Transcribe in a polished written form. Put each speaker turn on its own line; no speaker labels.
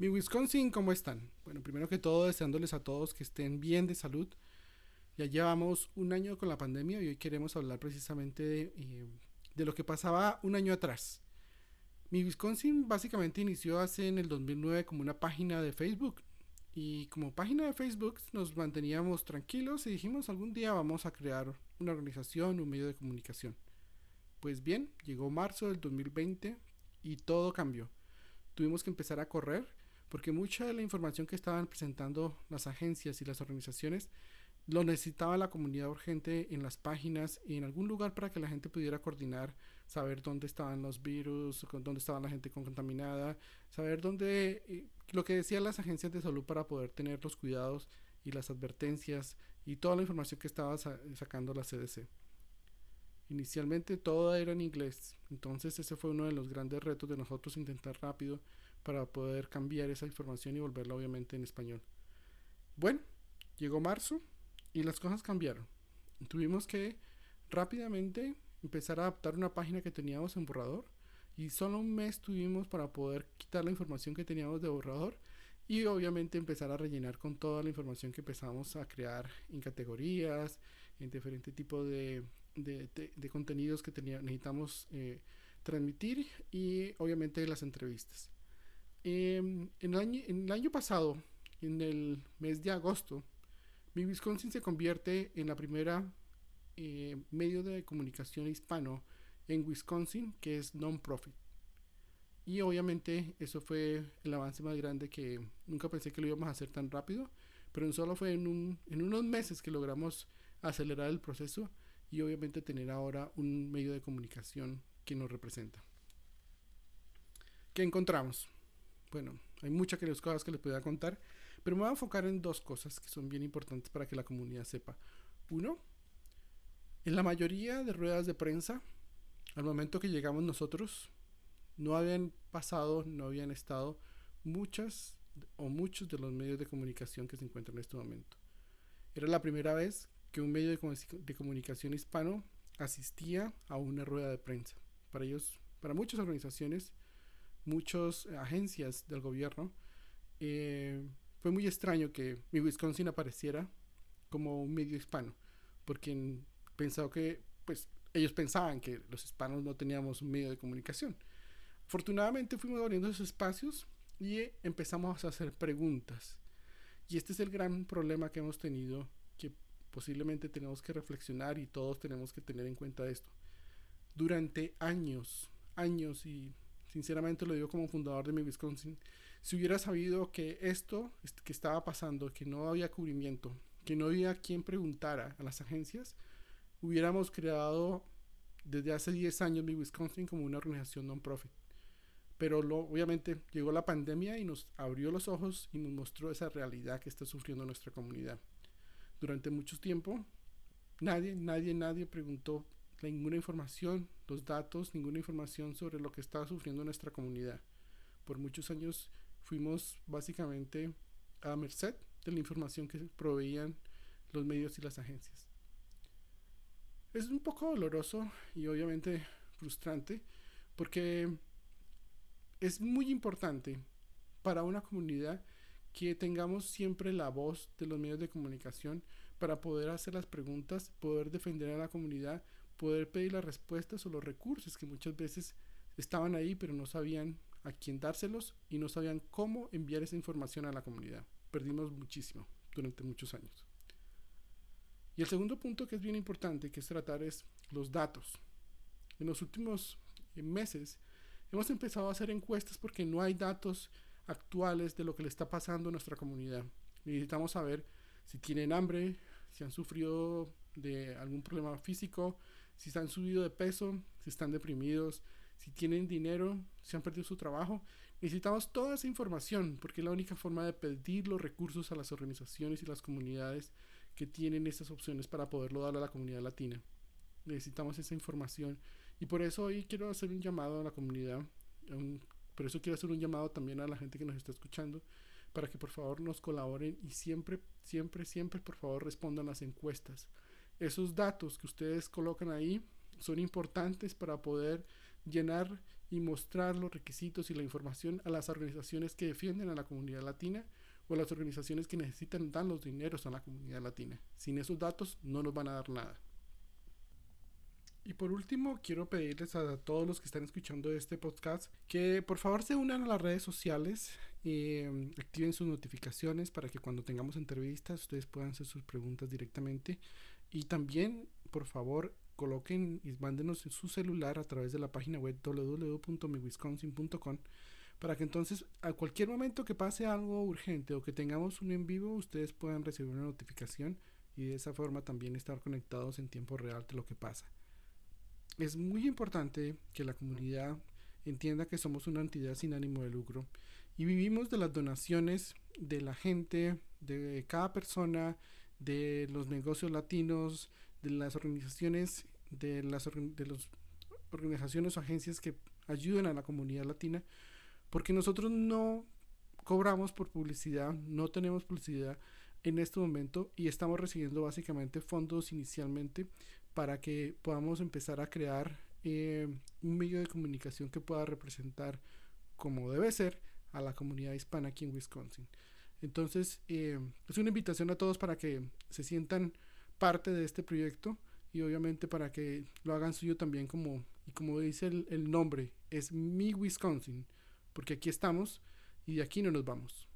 Mi Wisconsin, ¿cómo están? Bueno, primero que todo, deseándoles a todos que estén bien de salud. Ya llevamos un año con la pandemia y hoy queremos hablar precisamente de lo que pasaba un año atrás. Mi Wisconsin básicamente inició hace en el 2009 como una página de Facebook. Y como página de Facebook nos manteníamos tranquilos y dijimos algún día vamos a crear una organización, un medio de comunicación. Pues bien, llegó marzo del 2020 y todo cambió. Tuvimos que empezar a correr porque mucha de la información que estaban presentando las agencias y las organizaciones lo necesitaba la comunidad urgente en las páginas y en algún lugar para que la gente pudiera coordinar, saber dónde estaban los virus, dónde estaba la gente contaminada, saber dónde, lo que decían las agencias de salud para poder tener los cuidados y las advertencias y toda la información que estaba sacando la CDC. Inicialmente todo era en inglés, entonces ese fue uno de los grandes retos de nosotros intentar rápido para poder cambiar esa información y volverla obviamente en español. Bueno, llegó marzo y las cosas cambiaron. Tuvimos que rápidamente empezar a adaptar una página que teníamos en borrador y solo un mes tuvimos para poder quitar la información que teníamos de borrador y obviamente empezar a rellenar con toda la información que empezamos a crear en categorías, en diferentes tipos de contenidos que necesitamos transmitir y obviamente las entrevistas. En el año pasado, en el mes de agosto, mi Wisconsin se convierte en la primera medio de comunicación hispano en Wisconsin que es non-profit. Y obviamente eso fue el avance más grande que nunca pensé que lo íbamos a hacer tan rápido, pero solo fue en unos meses que logramos acelerar el proceso y obviamente tener ahora un medio de comunicación que nos representa. ¿Qué encontramos? Bueno, hay muchas cosas que les puedo contar, pero me voy a enfocar en dos cosas que son bien importantes para que la comunidad sepa. Uno, en la mayoría de ruedas de prensa, al momento que llegamos nosotros, no habían pasado, no habían estado muchas o muchos de los medios de comunicación que se encuentran en este momento. Era la primera vez que un medio de comunicación hispano asistía a una rueda de prensa. Para ellos, para muchas organizaciones, muchas agencias del gobierno, fue muy extraño que mi Wisconsin apareciera como un medio hispano, porque pensaba que, pues, ellos pensaban que los hispanos no teníamos un medio de comunicación. Afortunadamente fuimos abriendo esos espacios y empezamos a hacer preguntas. Y este es el gran problema que hemos tenido, que posiblemente tenemos que reflexionar y todos tenemos que tener en cuenta esto. Durante años, y sinceramente lo digo como fundador de mi Wisconsin, si hubiera sabido que esto que estaba pasando, que no había cubrimiento, que no había quien preguntara a las agencias, hubiéramos creado desde hace 10 años mi Wisconsin como una organización non-profit. Pero obviamente llegó la pandemia y nos abrió los ojos y nos mostró esa realidad que está sufriendo nuestra comunidad. Durante mucho tiempo, nadie preguntó ninguna información, los datos, ninguna información sobre lo que estaba sufriendo nuestra comunidad. Por muchos años fuimos básicamente a merced de la información que proveían los medios y las agencias. Es un poco doloroso y obviamente frustrante porque es muy importante para una comunidad que tengamos siempre la voz de los medios de comunicación para poder hacer las preguntas, poder defender a la comunidad, poder pedir las respuestas o los recursos que muchas veces estaban ahí pero no sabían a quién dárselos y no sabían cómo enviar esa información a la comunidad. Perdimos muchísimo durante muchos años. Y el segundo punto que es bien importante que es tratar es los datos. En los últimos meses hemos empezado a hacer encuestas porque no hay datos actuales de lo que le está pasando a nuestra comunidad. Necesitamos saber si tienen hambre, si han sufrido de algún problema físico, si se han subido de peso, si están deprimidos, si tienen dinero, si han perdido su trabajo. Necesitamos toda esa información porque es la única forma de pedir los recursos a las organizaciones y las comunidades que tienen esas opciones para poderlo dar a la comunidad latina. Necesitamos esa información y por eso hoy quiero hacer un llamado a la comunidad, por eso quiero hacer un llamado también a la gente que nos está escuchando para que por favor nos colaboren y siempre por favor respondan las encuestas. Esos datos que ustedes colocan ahí son importantes para poder llenar y mostrar los requisitos y la información a las organizaciones que defienden a la comunidad latina o a las organizaciones que necesitan dar los dineros a la comunidad latina. Sin esos datos no nos van a dar nada. Y por último, quiero pedirles a todos los que están escuchando este podcast que por favor se unan a las redes sociales y activen sus notificaciones para que cuando tengamos entrevistas ustedes puedan hacer sus preguntas directamente. Y también, por favor, coloquen y mándenos en su celular a través de la página web www.miwisconsin.com para que entonces a cualquier momento que pase algo urgente o que tengamos un en vivo, ustedes puedan recibir una notificación y de esa forma también estar conectados en tiempo real de lo que pasa. Es muy importante que la comunidad entienda que somos una entidad sin ánimo de lucro y vivimos de las donaciones de la gente, de cada persona, de los negocios latinos, de las organizaciones, de las organizaciones o agencias que ayudan a la comunidad latina, porque nosotros no cobramos por publicidad, no tenemos publicidad en este momento y estamos recibiendo básicamente fondos inicialmente para que podamos empezar a crear un medio de comunicación que pueda representar como debe ser a la comunidad hispana aquí en Wisconsin. Entonces es una invitación a todos para que se sientan parte de este proyecto y obviamente para que lo hagan suyo también como dice el nombre, es Mi Wisconsin, porque aquí estamos y de aquí no nos vamos.